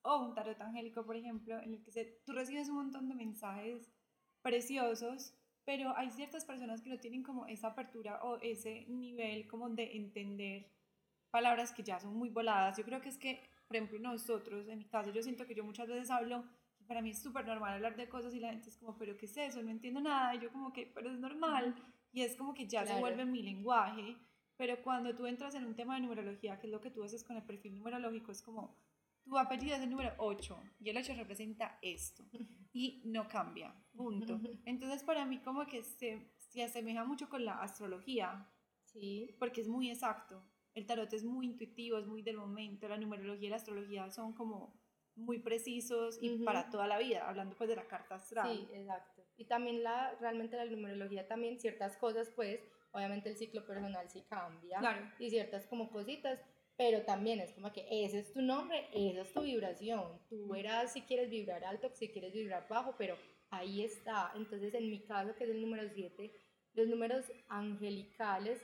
o un tarot angélico, por ejemplo, en el que tú recibes un montón de mensajes preciosos, pero hay ciertas personas que no tienen como esa apertura o ese nivel como de entender palabras que ya son muy voladas. Yo creo que es que, por ejemplo, nosotros, en mi caso, yo siento que yo muchas veces hablo, y para mí es súper normal hablar de cosas y la gente es como, pero ¿qué es eso? No entiendo nada, y yo como que, pero es normal, y es como que ya se Claro. vuelve mi lenguaje, pero cuando tú entras en un tema de numerología, que es lo que tú haces con el perfil numerológico, es como, tu apellido es el número 8 y el 8 representa esto y no cambia, punto. Entonces para mí como que se asemeja mucho con la astrología, Sí. porque es muy exacto. El tarot es muy intuitivo, es muy del momento, la numerología y la astrología son como muy precisos y para toda la vida, hablando pues de la carta astral. Sí, exacto. Y también realmente la numerología también ciertas cosas, pues, obviamente el ciclo personal sí cambia. Claro. Y ciertas como cositas, pero también es como que ese es tu nombre, esa es tu vibración. Tú verás si quieres vibrar alto, si quieres vibrar bajo, pero ahí está. Entonces, en mi caso, que es el número 7, los números angelicales,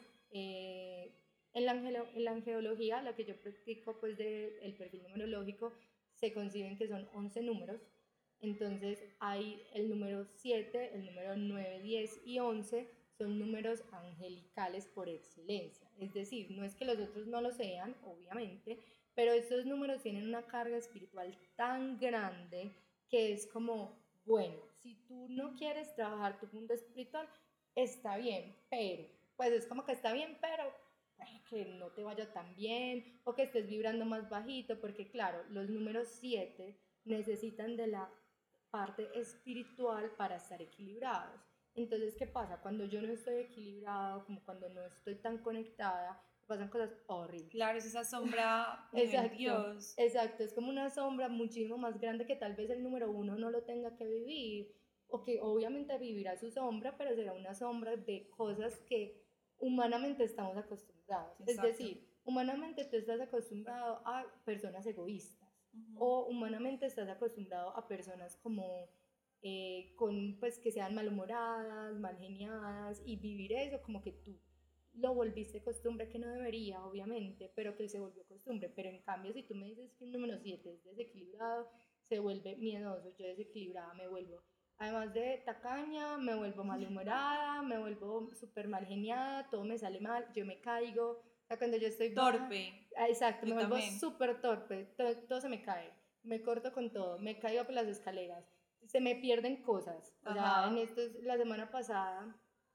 en la angelología, la que yo practico, pues, del perfil numerológico, se conciben que son 11 números. Entonces hay el número 7, el número 9, 10 y 11 son números angelicales por excelencia. Es decir, no es que los otros no lo sean, obviamente, pero estos números tienen una carga espiritual tan grande que es como, bueno, si tú no quieres trabajar tu mundo espiritual, está bien, pero, pues es como que está bien, pero que no te vaya tan bien o que estés vibrando más bajito, porque claro, los números 7 necesitan de la parte espiritual para estar equilibrados. Entonces, ¿qué pasa? Cuando yo no estoy equilibrado, como cuando no estoy tan conectada, pasan cosas horribles. Claro, es esa sombra nivel Exacto, Dios. exacto, es como una sombra muchísimo más grande que tal vez el número 1 no lo tenga que vivir, o que obviamente vivirá su sombra, pero será una sombra de cosas que humanamente estamos acostumbrados. Exacto. Es decir, humanamente tú estás acostumbrado a personas egoístas, o humanamente estás acostumbrado a personas como pues que sean malhumoradas, mal geniadas, y vivir eso como que tú lo volviste costumbre, que no debería, obviamente, pero que se volvió costumbre. Pero en cambio, si tú me dices que un número 7 es desequilibrado, se vuelve miedoso. Yo desequilibrada me vuelvo, además de tacaña, me vuelvo malhumorada, me vuelvo súper mal geniada, todo me sale mal, yo me caigo. O sea, cuando yo estoy torpe. Exacto, Yo me vuelvo también. súper torpe, todo se me cae, me corto con todo, me caigo por las escaleras, se me pierden cosas. O sea, la semana pasada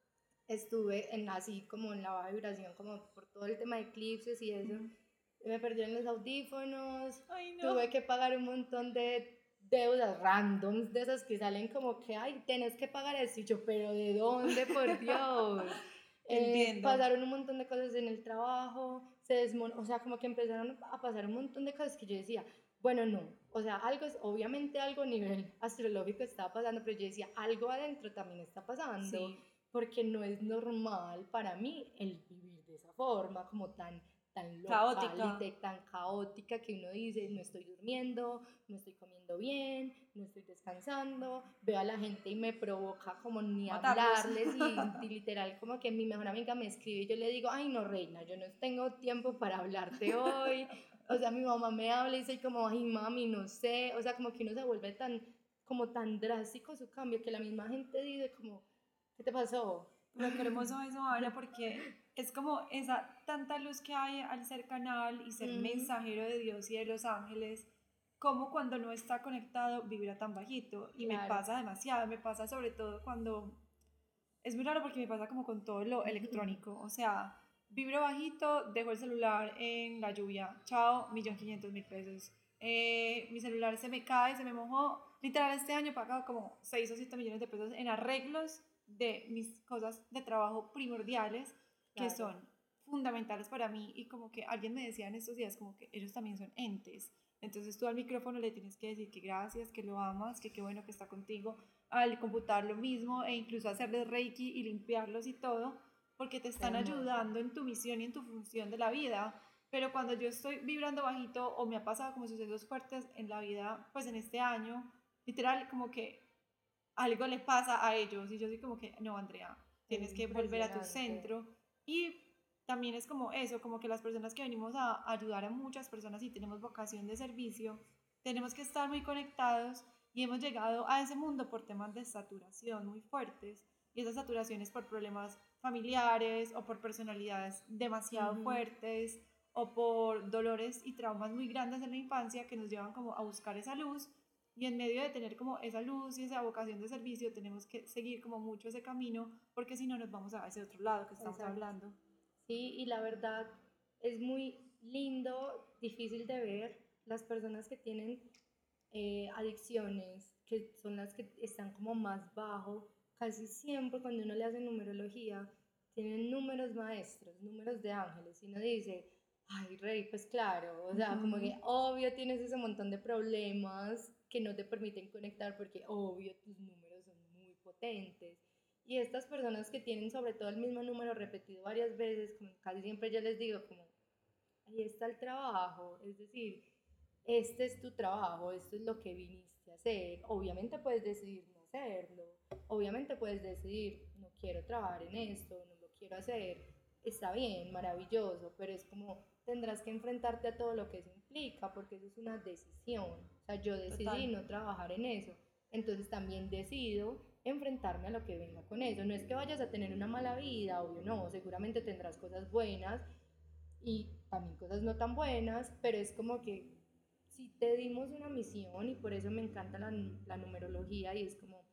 estuve así como en la baja vibración, como por todo el tema de eclipses y eso. Me perdieron los audífonos, Ay, no. tuve que pagar un montón de deudas randoms, de esas que salen como que, ay, tenés que pagar esto. Y yo, pero ¿de dónde, por Dios? Entiendo. Pasaron un montón de cosas en el trabajo, o sea, como que empezaron a pasar un montón de cosas que yo decía, bueno, no, o sea, obviamente algo a nivel astrológico estaba pasando, pero yo decía, algo adentro también está pasando. Sí. Porque no es normal para mí el vivir de esa forma, como tan Caótica. tan caótica, que uno dice, no estoy durmiendo, no estoy comiendo bien, no estoy descansando, veo a la gente y me provoca como ni Matarlos. hablarles y literal como que mi mejor amiga me escribe y yo le digo, ay no reina, yo no tengo tiempo para hablarte hoy. O sea, mi mamá me habla y dice como, ay mami, no sé, o sea, como que uno se vuelve como tan drástico su cambio, que la misma gente dice como, ¿qué te pasó? Pero qué hermoso eso, Ana, porque es como esa tanta luz que hay al ser canal y ser mensajero de Dios y de los ángeles, como cuando no está conectado vibra tan bajito. Y me Claro. pasa demasiado, me pasa sobre todo cuando... Es muy raro porque me pasa como con todo lo electrónico, o sea, vibro bajito, dejo el celular en la lluvia, chao, 1.500.000 pesos. Mi celular se me cae, se me mojó. Literal, este año he pagado como 6 o 7 millones de pesos en arreglos de mis cosas de trabajo primordiales, que Claro. son fundamentales para mí. Y como que alguien me decía en estos días, como que ellos también son entes. Entonces tú al micrófono le tienes que decir que gracias, que lo amas, que qué bueno que está contigo, al computar lo mismo e incluso hacerles reiki y limpiarlos y todo, porque te están Hermoso. ayudando en tu misión y en tu función de la vida. Pero cuando yo estoy vibrando bajito o me ha pasado como sucesos fuertes en la vida, pues en este año, literal como que algo le pasa a ellos y yo soy como que, no, Andrea, tienes que volver a tu centro. Y también es como eso, como que las personas que venimos a ayudar a muchas personas y tenemos vocación de servicio, tenemos que estar muy conectados y hemos llegado a ese mundo por temas de saturación muy fuertes y esas saturaciones por problemas familiares o por personalidades demasiado fuertes o por dolores y traumas muy grandes en la infancia que nos llevan como a buscar esa luz y en medio de tener como esa luz y esa vocación de servicio tenemos que seguir como mucho ese camino porque si no nos vamos a ese otro lado que estamos hablando. Sí, y la verdad es muy lindo, difícil de ver las personas que tienen adicciones, que son las que están como más bajo, casi siempre cuando uno le hace numerología, tienen números maestros, números de ángeles, y uno dice, ay, Rey, pues claro, o sea, como que obvio tienes ese montón de problemas que no te permiten conectar porque obvio tus números son muy potentes. Y estas personas que tienen sobre todo el mismo número repetido varias veces, como casi siempre yo les digo, como, ahí está el trabajo, es decir, este es tu trabajo, esto es lo que viniste a hacer. Obviamente puedes decidir no hacerlo, obviamente puedes decidir no quiero trabajar en esto, no lo quiero hacer, está bien, maravilloso, pero es como tendrás que enfrentarte a todo lo que eso implica, porque eso es una decisión. O sea, yo decidí no trabajar en eso, entonces también decido enfrentarme a lo que venga con eso. No es que vayas a tener una mala vida, obvio no, seguramente tendrás cosas buenas y también cosas no tan buenas, pero es como que si te dimos una misión, y por eso me encanta la numerología, y es como,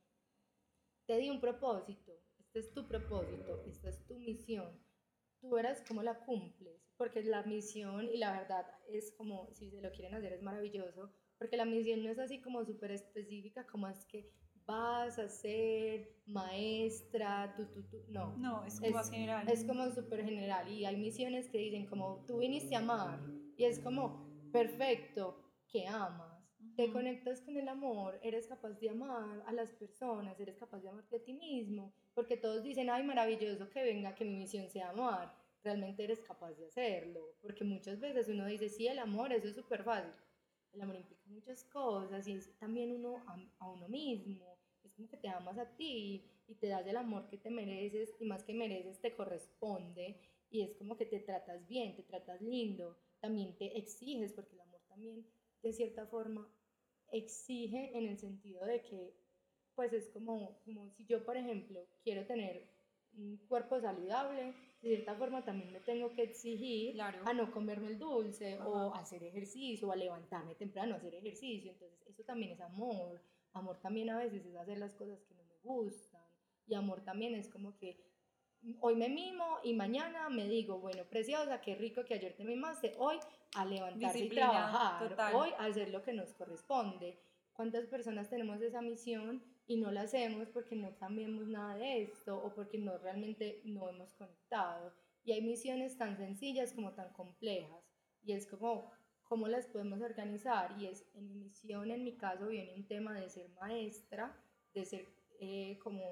te di un propósito, este es tu propósito, esta es tu misión, tú verás cómo la cumples, porque la misión, y la verdad es como, si se lo quieren hacer es maravilloso, porque la misión no es así como súper específica, como es que vas a ser maestra, no. No, es como más general. Es como súper general, y hay misiones que dicen como, tú viniste a amar, y es como, perfecto, que amas. Te conectas con el amor, eres capaz de amar a las personas, eres capaz de amarte a ti mismo, porque todos dicen, ay, maravilloso que venga, que mi misión sea amar. Realmente eres capaz de hacerlo, porque muchas veces uno dice, sí, el amor, eso es súper fácil. El amor implica muchas cosas y es también uno a uno mismo, es como que te amas a ti y te das el amor que te mereces y más que mereces te corresponde y es como que te tratas bien, te tratas lindo, también te exiges porque el amor también de cierta forma exige en el sentido de que pues es como si yo por ejemplo quiero tener un cuerpo saludable, de cierta forma también me tengo que exigir a no comerme el dulce o a hacer ejercicio o a levantarme temprano a hacer ejercicio, entonces eso también es amor. Amor también a veces es hacer las cosas que no me gustan y amor también es como que hoy me mimo y mañana me digo, bueno, preciosa, qué rico que ayer te mimaste, hoy a levantarse Disciplina, y trabajar, total. hoy a hacer lo que nos corresponde. ¿Cuántas personas tenemos esa misión y no la hacemos porque no cambiamos nada de esto o porque no realmente no hemos conectado? Y hay misiones tan sencillas como tan complejas y es como cómo las podemos organizar y es en mi misión, en mi caso viene un tema de ser maestra, de ser como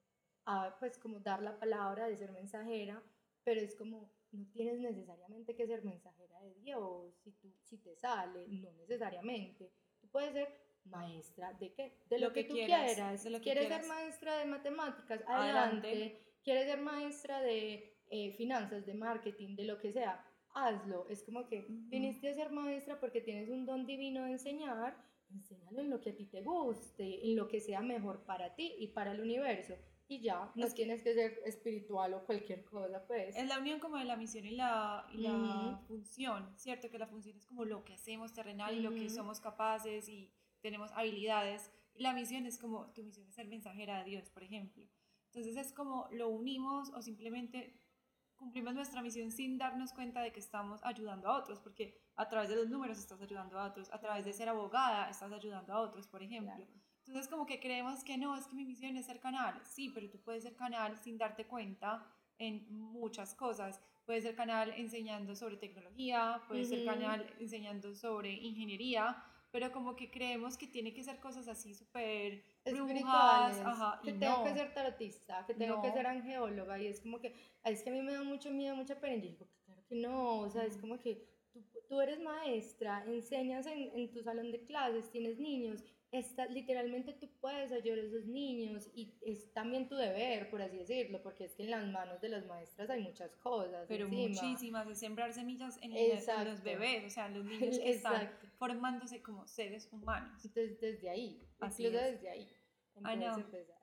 pues como dar la palabra, de ser mensajera, pero es como no tienes necesariamente que ser mensajera de Dios, si te sale, no necesariamente. Tú puedes ser maestra de qué, de lo que tú quieras. De lo que ¿Quieres quieras. ser maestra de matemáticas? Adelante. ¿Quieres ser maestra de finanzas, de marketing, de lo que sea? Hazlo. Es como que viniste a ser maestra porque tienes un don divino de enseñar, enséñalo en lo que a ti te guste, en lo que sea mejor para ti y para el universo y ya, no tienes que ser espiritual o cualquier cosa, pues. Es la unión como de la misión y la función, ¿cierto? Que la función es como lo que hacemos terrenal y lo que somos capaces y tenemos habilidades. Y la misión es como, tu misión es ser mensajera de Dios, por ejemplo. Entonces es como lo unimos o simplemente cumplimos nuestra misión sin darnos cuenta de que estamos ayudando a otros, porque a través de los números estás ayudando a otros, a través de ser abogada estás ayudando a otros, por ejemplo. Claro. Entonces como que creemos que no, es que mi misión es ser canal. Sí, pero tú puedes ser canal sin darte cuenta en muchas cosas. Puedes ser canal enseñando sobre tecnología, puedes ser canal enseñando sobre ingeniería, pero como que creemos que tiene que ser cosas así súper brujas, que tengo que ser tarotista, que tengo que ser angeóloga, y es como que, es que a mí me da mucho miedo, mucha pena, y yo digo, claro que no, o sea, es como que tú eres maestra, enseñas en tu salón de clases, tienes niños, literalmente tú puedes ayudar a esos niños y es también tu deber, por así decirlo, porque es que en las manos de las maestras hay muchas cosas pero encima. muchísimas, es sembrar semillas en los bebés, o sea, los niños que están formándose como seres humanos. Entonces, desde ahí, Así incluso es. desde ahí, Ana, empezar.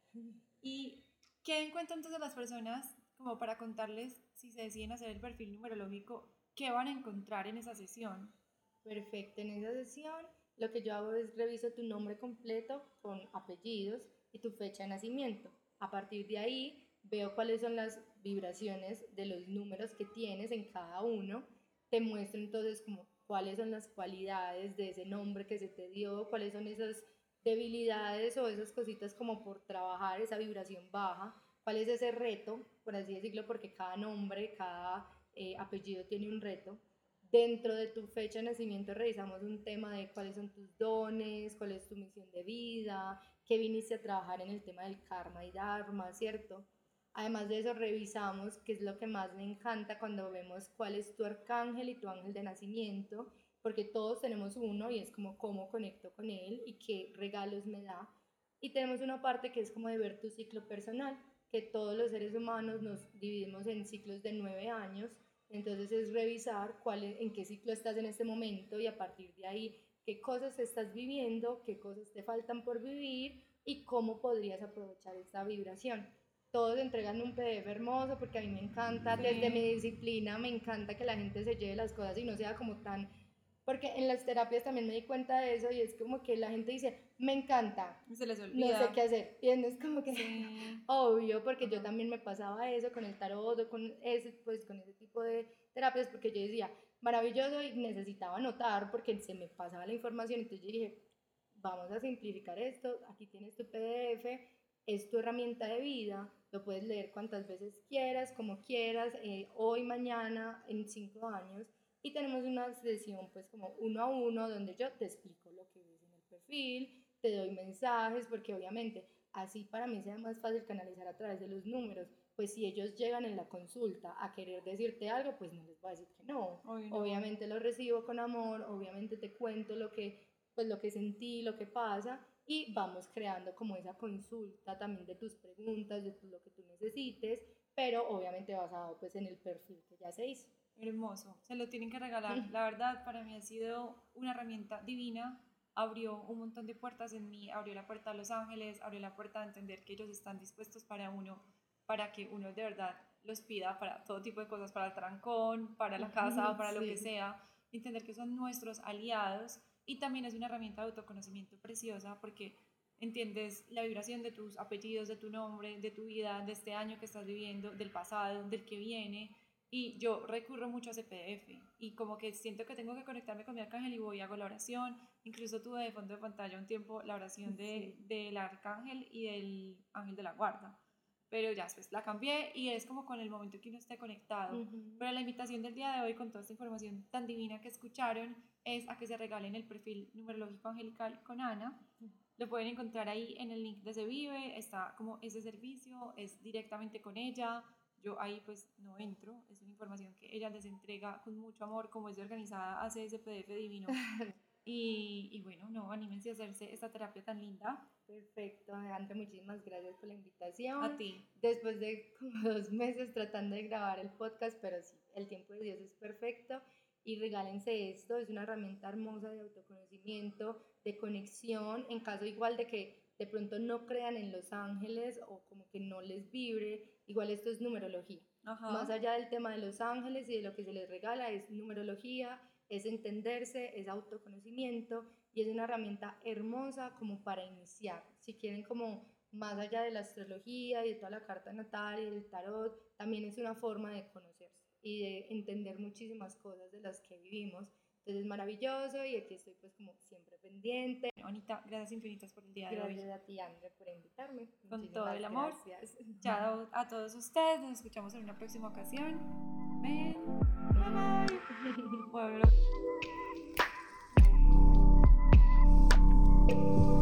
¿y qué encuentran entonces las personas como para contarles si se deciden hacer el perfil numerológico, qué van a encontrar en esa sesión? Perfecto, en esa sesión lo que yo hago es reviso tu nombre completo con apellidos y tu fecha de nacimiento. A partir de ahí veo cuáles son las vibraciones de los números que tienes en cada uno. Te muestro entonces como cuáles son las cualidades de ese nombre que se te dio, cuáles son esas debilidades o esas cositas como por trabajar esa vibración baja, cuál es ese reto, por así decirlo, porque cada nombre, cada apellido tiene un reto. Dentro de tu fecha de nacimiento revisamos un tema de cuáles son tus dones, cuál es tu misión de vida, qué viniste a trabajar en el tema del karma y dharma, ¿cierto? Además de eso revisamos, qué es lo que más me encanta cuando vemos cuál es tu arcángel y tu ángel de nacimiento, porque todos tenemos uno y es como cómo conecto con él y qué regalos me da. Y tenemos una parte que es como de ver tu ciclo personal, que todos los seres humanos nos dividimos en ciclos de 9 años. Entonces es revisar en qué ciclo estás en este momento y a partir de ahí qué cosas estás viviendo, qué cosas te faltan por vivir y cómo podrías aprovechar esta vibración. Todos entregan un PDF hermoso porque a mí me encanta, Sí. Desde mi disciplina me encanta que la gente se lleve las cosas y no sea como tan... Porque en las terapias también me di cuenta de eso y es como que la gente dice, me encanta, se les olvida. no sé qué hacer. Y es como que sí. obvio, porque yo también me pasaba eso con el tarot o con ese tipo de terapias, porque yo decía, maravilloso, y necesitaba anotar porque se me pasaba la información. Entonces yo dije, vamos a simplificar esto, aquí tienes tu PDF, es tu herramienta de vida, lo puedes leer cuantas veces quieras, como quieras, hoy, mañana, en 5 años. Y tenemos una sesión pues como 1 a 1 donde yo te explico lo que ves en el perfil, te doy mensajes, porque obviamente así para mí sea más fácil canalizar a través de los números. Pues si ellos llegan en la consulta a querer decirte algo, pues no les voy a decir que no. Obviamente lo recibo con amor, obviamente te cuento lo que sentí, lo que pasa, y vamos creando como esa consulta también de tus preguntas, de lo que tú necesites, pero obviamente basado pues en el perfil que ya se hizo. Hermoso, se lo tienen que regalar. La verdad, para mí ha sido una herramienta divina. Abrió un montón de puertas en mí, abrió la puerta a los ángeles, abrió la puerta a entender que ellos están dispuestos para uno, para que uno de verdad los pida para todo tipo de cosas, para el trancón, para la casa, para lo que sea, entender que son nuestros aliados. Y también es una herramienta de autoconocimiento preciosa porque entiendes la vibración de tus apellidos, de tu nombre, de tu vida, de este año que estás viviendo, del pasado, del que viene. Y yo recurro mucho a ese PDF y como que siento que tengo que conectarme con mi arcángel y voy y hago la oración. Incluso tuve de fondo de pantalla un tiempo la oración del arcángel y del ángel de la guarda. Pero ya después la cambié y es como con el momento que uno esté conectado. Pero la invitación del día de hoy con toda esta información tan divina que escucharon es a que se regalen el perfil numerológico angelical con Ana. Lo pueden encontrar ahí en el link de Se Vive, está como ese servicio, es directamente con ella. Yo ahí pues no entro, es una información que ella les entrega con mucho amor, como es de organizada, hace ese PDF divino. Y bueno, no, anímense a hacerse esta terapia tan linda. Perfecto, Alejandra, muchísimas gracias por la invitación. A ti. Después de como 2 meses tratando de grabar el podcast, pero sí, el tiempo de Dios es perfecto. Y regálense esto, es una herramienta hermosa de autoconocimiento, de conexión, en caso igual de que de pronto no crean en los ángeles o como que no les vibre, igual esto es numerología. Ajá. Más allá del tema de los ángeles y de lo que se les regala, es numerología, es entenderse, es autoconocimiento y es una herramienta hermosa como para iniciar. Si quieren como más allá de la astrología y de toda la carta natal y del tarot, también es una forma de conocerse y de entender muchísimas cosas de las que vivimos. Entonces es maravilloso y aquí estoy pues como siempre pendiente. Anita, gracias infinitas por el día de hoy. Gracias a ti, Andrea, por invitarme. Con todo el amor. Gracias. Chao a todos ustedes, nos escuchamos en una próxima ocasión. Bye bye. Bueno.